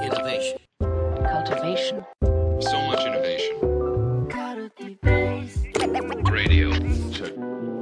Innovation. Cultivation. So much innovation. Radio. Check.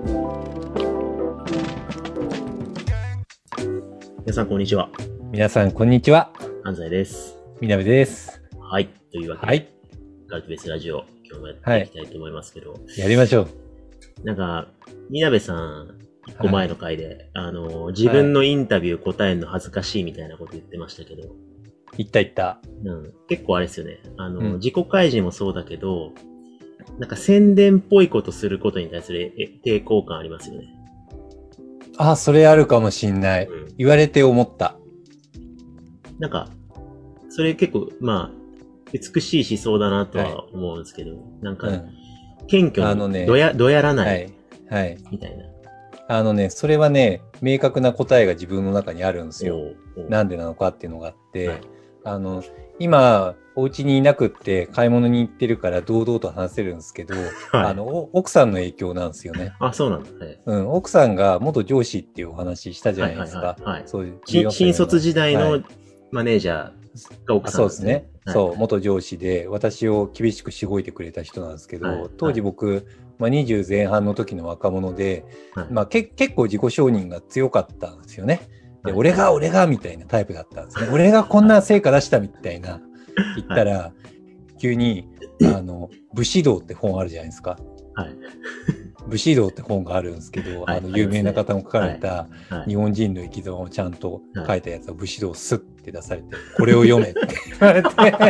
皆さんこんにちは。 皆さんこんにちは。 安西です。 みなべです。 はい。というわけで、 はい。 カルティベースラジオ、今日もやっていきたいと思いますけど。 やりましょう。 なんか、みなべさん、一個前の回で、自分のインタビュー答えるの恥ずかしいみたいなこと言ってましたけど。 言った。 結構あれですよね。自己開示もそうだけど、なんか宣伝っぽいことすることに対する抵抗感ありますよね。 あ、それあるかもしんない。言われて思った。 なんか、それ結構、まあ、美しい思想だなとは思うんですけど、なんか、謙虚にどやらない、みたいな。 それはね、明確な答えが自分の中にあるんですよ。なんでなのかっていうのがあって、今、お家にいなくって買い物に行ってるから堂々と話せるんですけど、奥さんの影響なんですよね。 あ、そうなんだ。 奥さんが元上司っていうお話したじゃないですか。 そういう。新卒時代のマネージャーが奥さんそうですね。そう、元上司で私を厳しくしごいてくれた人なんですけど、当時僕、20前半の時の若者で、結構自己承認が強かったんですよね。で、俺がみたいなタイプだったんですね。俺がこんな成果出したみたいな言ったら、急に、武士道って本あるじゃないですか。武士道って本があるんですけど、有名な方も書かれた日本人の生き様をちゃんと書いたやつを武士道スッって出されて、これを読めって言われて。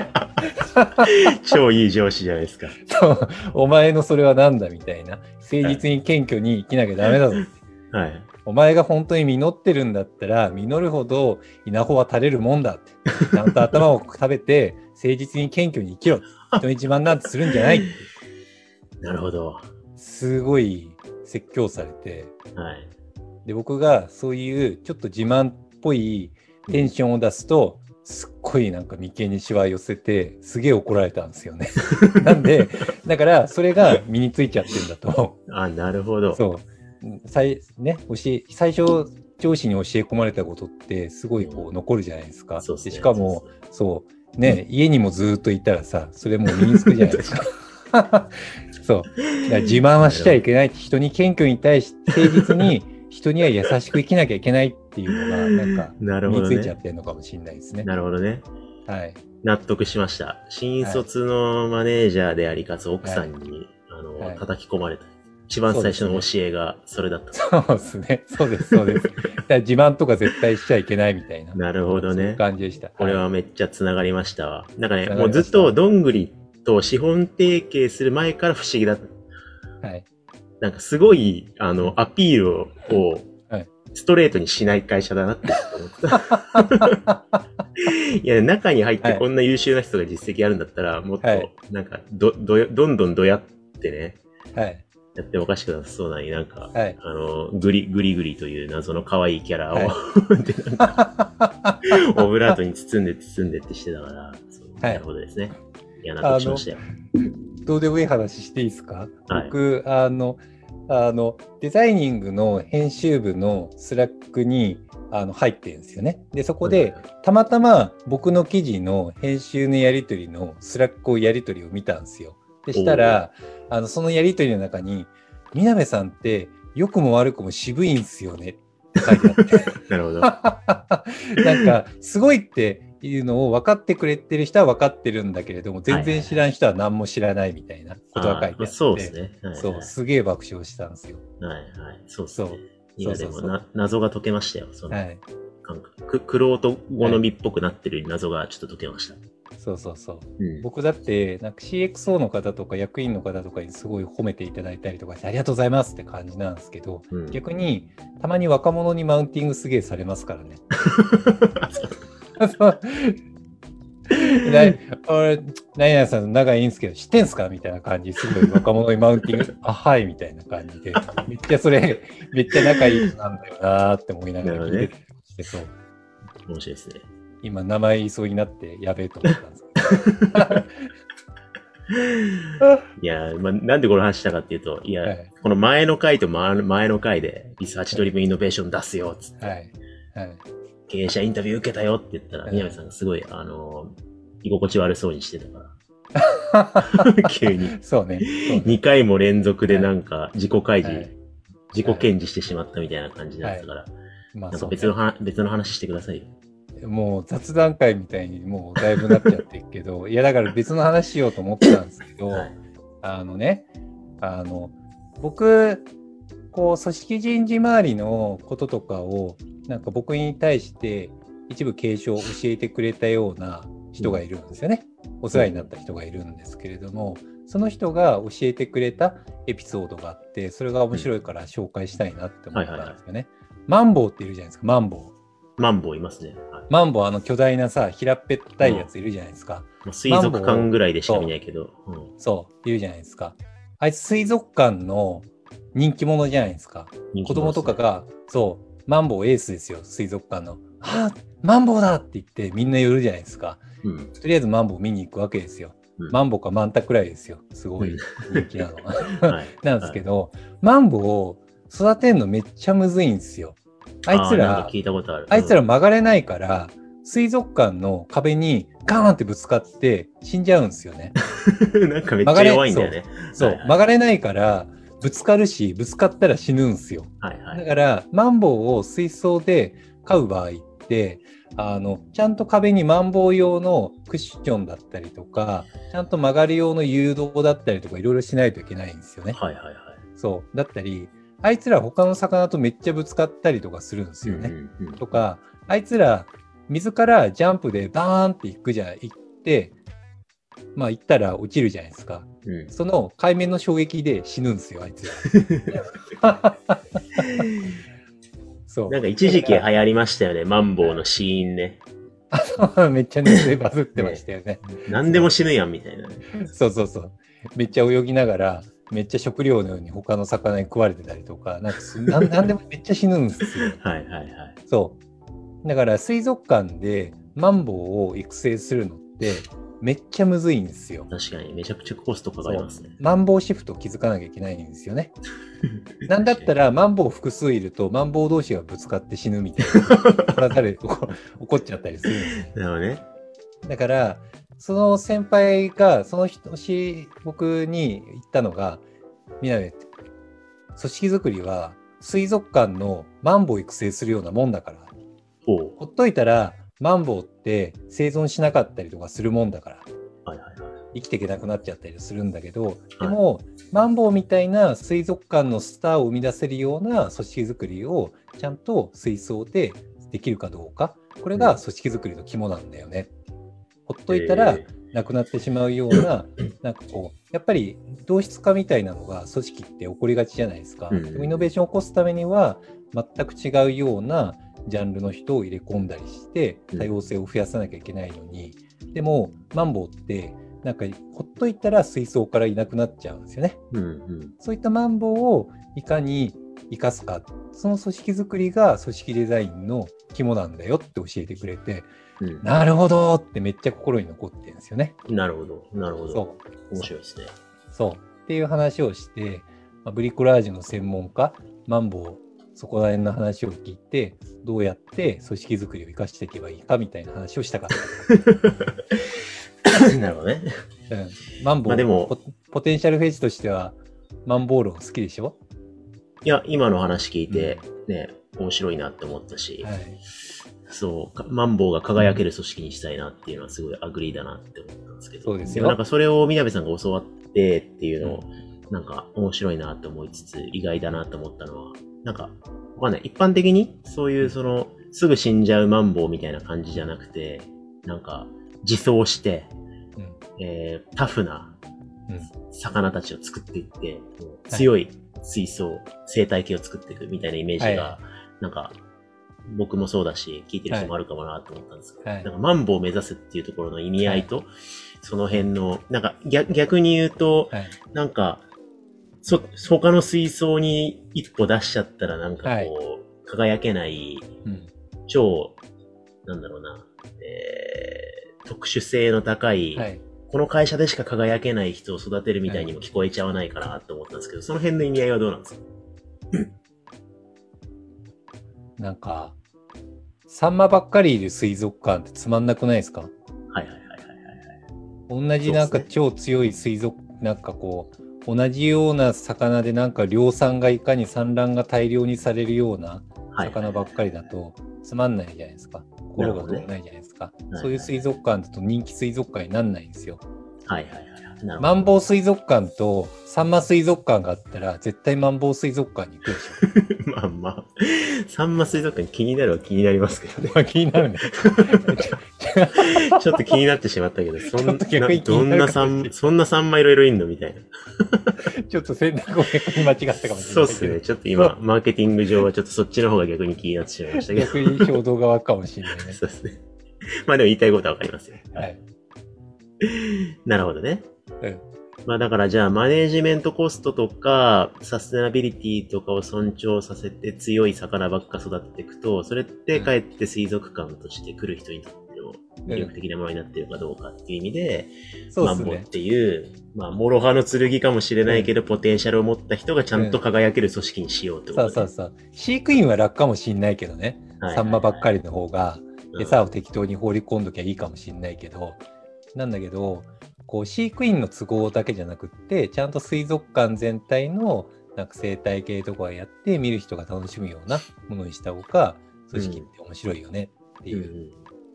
超いい上司じゃないですか。 そう、お前のそれはなんだみたいな。誠実に謙虚に生きなきゃダメだぞって。お前が本当に実ってるんだったら、実るほど稲穂は垂れるもんだって。ちゃんと頭を食べて、誠実に謙虚に生きろ。人に自慢なんてするんじゃないって。 なるほど。 すごい説教されて、で僕がそういうちょっと自慢っぽいテンションを出すと、すっごいなんか眉間にシワ寄せてすげえ怒られたんですよね。なんでだからそれが身についちゃってるんだと。 あ、なるほど。 そう最初上司に教え込まれたことってすごいこう残るじゃないですか。でしかもそうね、家にもずっといたらさ、それも身につくじゃないですか。そう。だから自慢はしちゃいけない。人に謙虚に対して誠実に人には優しく生きなきゃいけないっていうのがなんか身についちゃってるのかもしれないですね。 なるほどね。 はい。 納得しました。新卒のマネージャーでありかつ奥さんに、叩き込まれた。一番最初の教えがそれだった。 そうですね。そうです。だから自慢とか絶対しちゃいけないみたいな。 なるほどね。 そういう感じでした。 これはめっちゃ繋がりましたわ。なんかね、もうずっとどんぐりと資本提携する前から不思議だった。なんかすごい、アピールを、ストレートにしない会社だなって思った。いや、中に入ってこんな優秀な人が実績あるんだったら、もっと、なんか、どんどんどやってね、やってもおかしくなさそうなに、なんか、グリという謎の可愛いキャラを、でなんかオブラートに包んでってしてたから、なるほどですね。いや、納得しましたよ。 どうでもいい話していいですか？僕、デザイニングの編集部のスラックに入ってるんですよね。で、そこで、たまたま僕の記事の編集のやり取りのスラックやり取りを見たんですよ。でしたら、そのやり取りの中に、みなべさんって良くも悪くも渋いんすよねって書いてあって。 なるほど。 なんか、すごいっていうのを分かってくれてる人は分かってるんだけれども、全然知らん人は何も知らないみたいなことが書いてあって。 そうですね。 そう、すげえ爆笑したんですよ。 そうそう。いや、でも謎が解けましたよ。その玄人好みっぽくなってる謎がちょっと解けました。 そう。僕だって、なんか CXO の方とか役員の方とかにすごい褒めていただいたりとかして、ありがとうございますって感じなんですけど、逆に、たまに若者にマウンティングすげえされますからね。俺、何々さん仲いいんですけど、知ってんすかみたいな感じ、すごい若者にマウンティング、はいみたいな感じで、めっちゃ仲いい人なんだよなーって思いながら聞いててしてそう。 面白いですね。 今、名前言いそうになってやべえと思ったんですけど。 いや、なんでこの話したかっていうと、いや、この前の回と前の回で、リサーチドリブンイノベーション出すよ、つって。 経営者インタビュー受けたよって言ったら、宮部さんがすごい、居心地悪そうにしてたから。急に。 そうね。 2回も連続でなんか自己開示、自己顕示してしまったみたいな感じだったから、なんか別の話してくださいよ。 もう雑談会みたいにもうだいぶなっちゃってるけど、いやだから別の話しようと思ってたんですけど、僕、こう、組織人事周りのこととかを、なんか僕に対して一部継承を教えてくれたような人がいるんですよね。お世話になった人がいるんですけれども、その人が教えてくれたエピソードがあって、それが面白いから紹介したいなって思ったんですよね。マンボウっているじゃないですか、マンボウ。 マンボウいますね。 マンボウ、巨大なさ、平っぺったいやついるじゃないですか。 水族館ぐらいでしか見ないけど。 そう、いるじゃないですか。あいつ水族館の人気者じゃないですか。子供とかが、そう、マンボウエースですよ、水族館の。マンボウだって言ってみんな寄るじゃないですか。とりあえずマンボウ見に行くわけですよ。マンボウかマンタくらいですよ。すごい人気なの。なんですけど、マンボウを育てるのめっちゃむずいんですよ。あいつら曲がれないから、水族館の壁にガーンってぶつかって死んじゃうんですよね。 なんかめっちゃ弱いんだよね。 そう、曲がれないからぶつかるし、ぶつかったら死ぬんですよ。だから、マンボウを水槽で飼う場合って、ちゃんと壁にマンボウ用のクッションだったりとか、ちゃんと曲がる用の誘導だったりとか、いろいろしないといけないんですよね。そう。だったり、あいつら他の魚とめっちゃぶつかったりとかするんですよね。とか、あいつら水からジャンプでバーンって行って、まあ行ったら落ちるじゃないですか。その海面の衝撃で死ぬんですよ、あいつら。 そう。なんか一時期流行りましたよね、マンボウの死因ね。 めっちゃネットでバズってましたよね。 何でも死ぬやんみたいな。 そう。めっちゃ泳ぎながら、めっちゃ食料のように他の魚に食われてたりとか、なんでもめっちゃ死ぬんですよ。そう。だから水族館でマンボウを育成するのってめっちゃむずいんですよ。 確かにめちゃくちゃコストかかりますね。 マンボウシフト気づかなきゃいけないんですよね。なんだったらマンボウ複数いるとマンボウ同士がぶつかって死ぬみたいな怒っちゃったりするんですよ。 なるほどね。 だからその先輩がその年僕に言ったのが、みなべ、組織づくりは水族館のマンボウ育成するようなもんだから、ほっといたらマンボウって生存しなかったりとかするもんだから、生きていけなくなっちゃったりするんだけど、でもマンボウみたいな水族館のスターを生み出せるような組織づくりをちゃんと水槽でできるかどうか、これが組織づくりの肝なんだよね。ほっといたらなくなってしまうような、なんかこう、やっぱり同質化みたいなのが組織って起こりがちじゃないですか。でもイノベーションを起こすためには、全く違うようなジャンルの人を入れ込んだりして、多様性を増やさなきゃいけないのに、でも、マンボウって、なんかほっといたら水槽からいなくなっちゃうんですよね。そういったマンボウをいかに生かすか、その組織づくりが組織デザインの肝なんだよって教えてくれて、なるほどってめっちゃ心に残ってるんですよね。 なるほど。 そう。 面白いですね。 そう。っていう話をして、ブリコラージュの専門家、マンボウ、そこら辺の話を聞いて、どうやって組織づくりを生かしていけばいいかみたいな話をしたかった。 なるほどね。 マンボウ、 でもポテンシャルフェイスとしては、マンボウ論好きでしょ？ いや、今の話聞いて、ね、面白いなって思ったし、そう、マンボウが輝ける組織にしたいなっていうのはすごいアグリーだなって思ったんですけど、 そうですよ。 なんかそれをみなべさんが教わってっていうのを、なんか面白いなって思いつつ、意外だなって思ったのは、なんか、わかんない。一般的にそういうすぐ死んじゃうマンボウみたいな感じじゃなくて、なんか、自走して、タフな魚たちを作っていって、強い水槽、生態系を作っていくみたいなイメージが、なんか、僕もそうだし、聞いてる人もあるかもなと思ったんですけど、なんかマンボウを目指すっていうところの意味合いと、その辺の、なんか逆に言うと、なんか、他の水槽に一歩出しちゃったらなんかこう、輝けない、超、なんだろうな、特殊性の高い、この会社でしか輝けない人を育てるみたいにも聞こえちゃわないかなと思ったんですけど、その辺の意味合いはどうなんですか？ なんか、 サンマばっかりいる水族館ってつまんなくないですか？ はいはいはいはいはい。 同じなんか超強い水族、なんかこう、同じような魚でなんか量産がいかに産卵が大量にされるような魚ばっかりだとつまんないじゃないですか。心が通らないじゃないですか。そういう水族館だと人気水族館にならないんですよ。 はいはいはい。 マンボウ水族館とサンマ水族館があったら絶対マンボウ水族館に行くでしょ。まあまあ、サンマ水族館気になるは気になりますけどね。 気になるね。 ちょっと気になってしまったけど、そんなサンマいろいろいんのみたいな。 ちょっと選択を逆に間違ったかもしれない。 そうっすね。ちょっと今、マーケティング上はちょっとそっちの方が逆に気になってしまいましたけど。 逆に衝動側かもしれないね。 そうですね。まあでも言いたいことはわかりますよ。 はい。 なるほどね。 うん。 まあだからじゃあマネージメントコストとかサステナビリティとかを尊重させて強い魚ばっか育てていくと、それってかえって水族館として来る人にとっても魅力的なものになっているかどうかっていう意味で、マンボっていう、まあ諸刃の剣かもしれないけど、ポテンシャルを持った人がちゃんと輝ける組織にしようってことで、 そう。飼育員は楽かもしんないけどね。サンマばっかりの方が餌を適当に放り込んどきゃいいかもしんないけど、なんだけど、こう飼育員の都合だけじゃなくって、ちゃんと水族館全体のなんか生態系とかやって見る人が楽しむようなものにした方が組織って面白いよねっていう。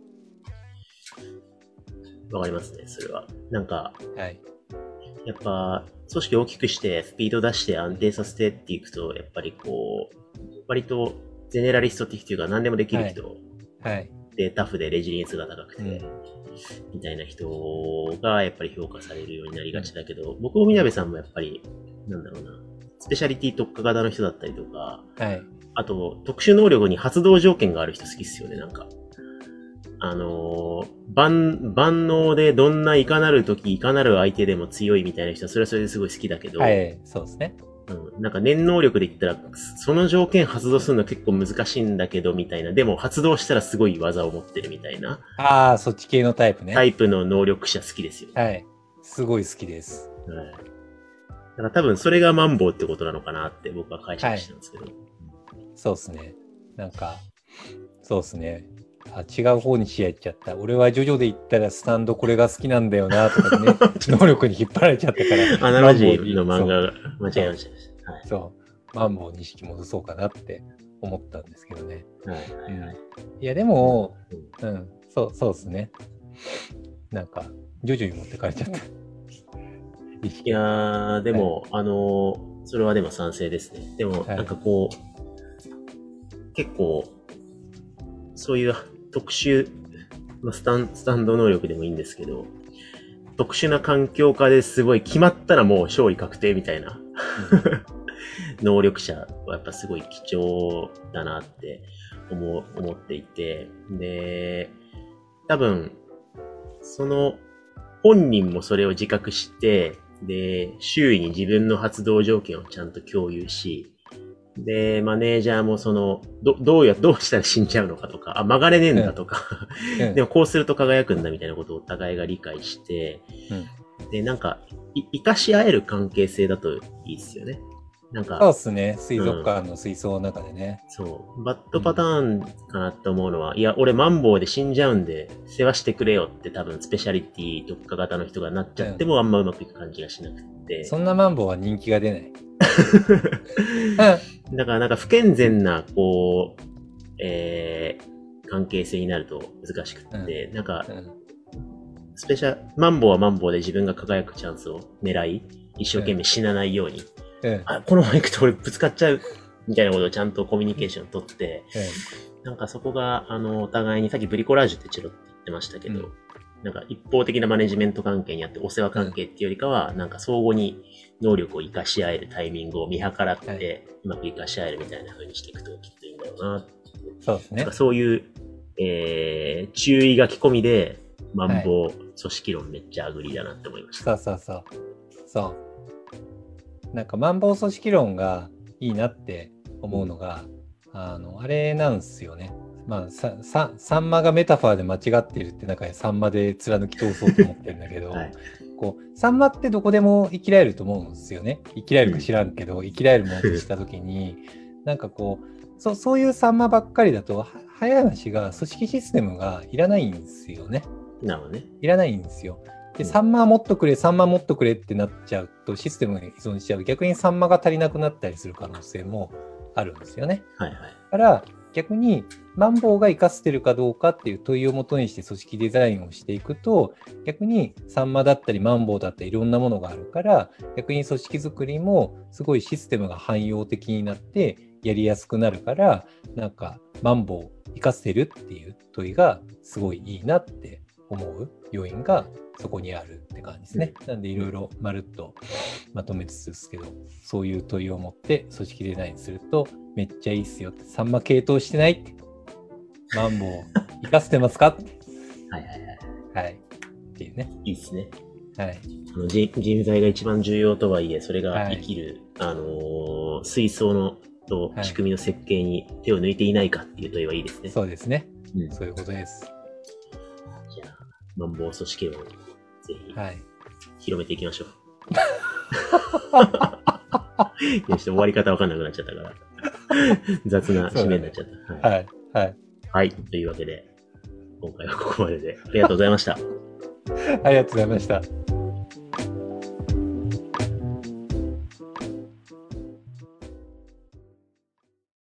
わかりますね、それは。なんか、 はい、 やっぱ組織を大きくしてスピード出して安定させてっていくと、やっぱりこう割とゼネラリスト的というか何でもできる人、 はい、 でタフでレジリエンスが高くて、みたいな人がやっぱり評価されるようになりがちだけど、僕もみなべさんもやっぱりなんだろうな、スペシャリティ特化型の人だったりとか、 はい、 あと特殊能力に発動条件がある人好きっすよね。なんか万能でどんないかなる時いかなる相手でも強いみたいな人はそれはそれですごい好きだけど、 はい、そうですね。 なんか念能力で言ったらその条件発動するの結構難しいんだけどみたいな、でも発動したらすごい技を持ってるみたいな。 ああ、そっち系のタイプね。 タイプの能力者好きですよ。 はい。すごい好きです。 はい。だから多分それがマンボウってことなのかなって僕は解釈したんですけど。はい、 そうですね。なんか、そうですね。違う方に試合行っちゃった。俺はジョジョで言ったらスタンドこれが好きなんだよなとかね、能力に引っ張られちゃったから。 アナロジーの漫画が間違えました。はい、 そう。マンボウに意識戻そうかなって思ったんですけどね。いや、でも、そうですね。なんか、ジョジョに持ってかれちゃった。 いやー、でも、それはでも賛成ですね。でも、なんかこう、結構、そういう特殊、スタンド能力でもいいんですけど、特殊な環境下ですごい決まったらもう勝利確定みたいな能力者はやっぱすごい貴重だなって思っていて、で、多分、その本人もそれを自覚して、で、周囲に自分の発動条件をちゃんと共有し、で、マネージャーもその、どうしたら死んじゃうのかとか、曲がれねえんだとか、でもこうすると輝くんだみたいなことをお互いが理解して、で、なんか、生かし合える関係性だといいですよね。なんか。 そうですね。水族館の水槽の中でね。 そう。バッドパターンかなって思うのは、いや、俺マンボウで死んじゃうんで、世話してくれよって多分スペシャリティ特化型の人がなっちゃってもあんまうまくいく感じがしなくて。 そんなマンボウは人気が出ない。 だからなんか不健全な、こう、関係性になると難しくって、なんか、マンボウはマンボウで自分が輝くチャンスを狙い、一生懸命死なないように、このまま行くと俺ぶつかっちゃう、みたいなことをちゃんとコミュニケーション取って、なんかそこが、お互いにさっきブリコラージュってチロって言ってましたけど、なんか一方的なマネジメント関係にあってお世話関係っていうよりかは、なんか相互に能力を活かし合えるタイミングを見計らって、うまく活かし合えるみたいな風にしていくときっといいんだろうな。 そうですね。 なんかそういう、注意書き込みで、マンボウ組織論めっちゃアグリだなって思いました。 そう。なんかマンボウ組織論がいいなって思うのが、あれなんですよね。まあ、サンマがメタファーで間違っているって中でサンマで貫き通そうと思ってるんだけど、こうサンマってどこでも生きられると思うんですよね。生きられるか知らんけど、生きられるものとしたときに、なんかこうそういうサンマばっかりだと、早い話が組織システムがいらないんですよね。 なるほどね。 いらないんですよ。で、サンマもっとくれってなっちゃうと、システムに依存しちゃう。逆にサンマが足りなくなったりする可能性もあるんですよね。 はいはい。 だから、逆に、マンボウが活かせてるかどうかっていう問いをもとにして組織デザインをしていくと、逆にサンマだったりマンボウだったりいろんなものがあるから、逆に組織づくりもすごいシステムが汎用的になってやりやすくなるから、なんかマンボウ活かせるっていう問いがすごいいいなって思う要因がそこにあるって感じですね。なんでいろいろまるっとまとめつつですけど、そういう問いを持って組織デザインするとめっちゃいいっすよって、サンマ系統してないって、マンボウ活かせてますかって。 はいはいはい。 はい。っていうね。 いいっすね。 はい。 人材が一番重要とはいえ、それが生きる、水槽のと仕組みの設計に手を抜いていないかっていう問いはいいですね。 そうですね。そういうことです。 じゃあ、マンボウ組織をぜひ、広めていきましょう。いや、ちょっと終わり方わかんなくなっちゃったから。雑な締めになっちゃった。 はい。はい。 はい。というわけで、今回はここまででありがとうございました。 ありがとうございました。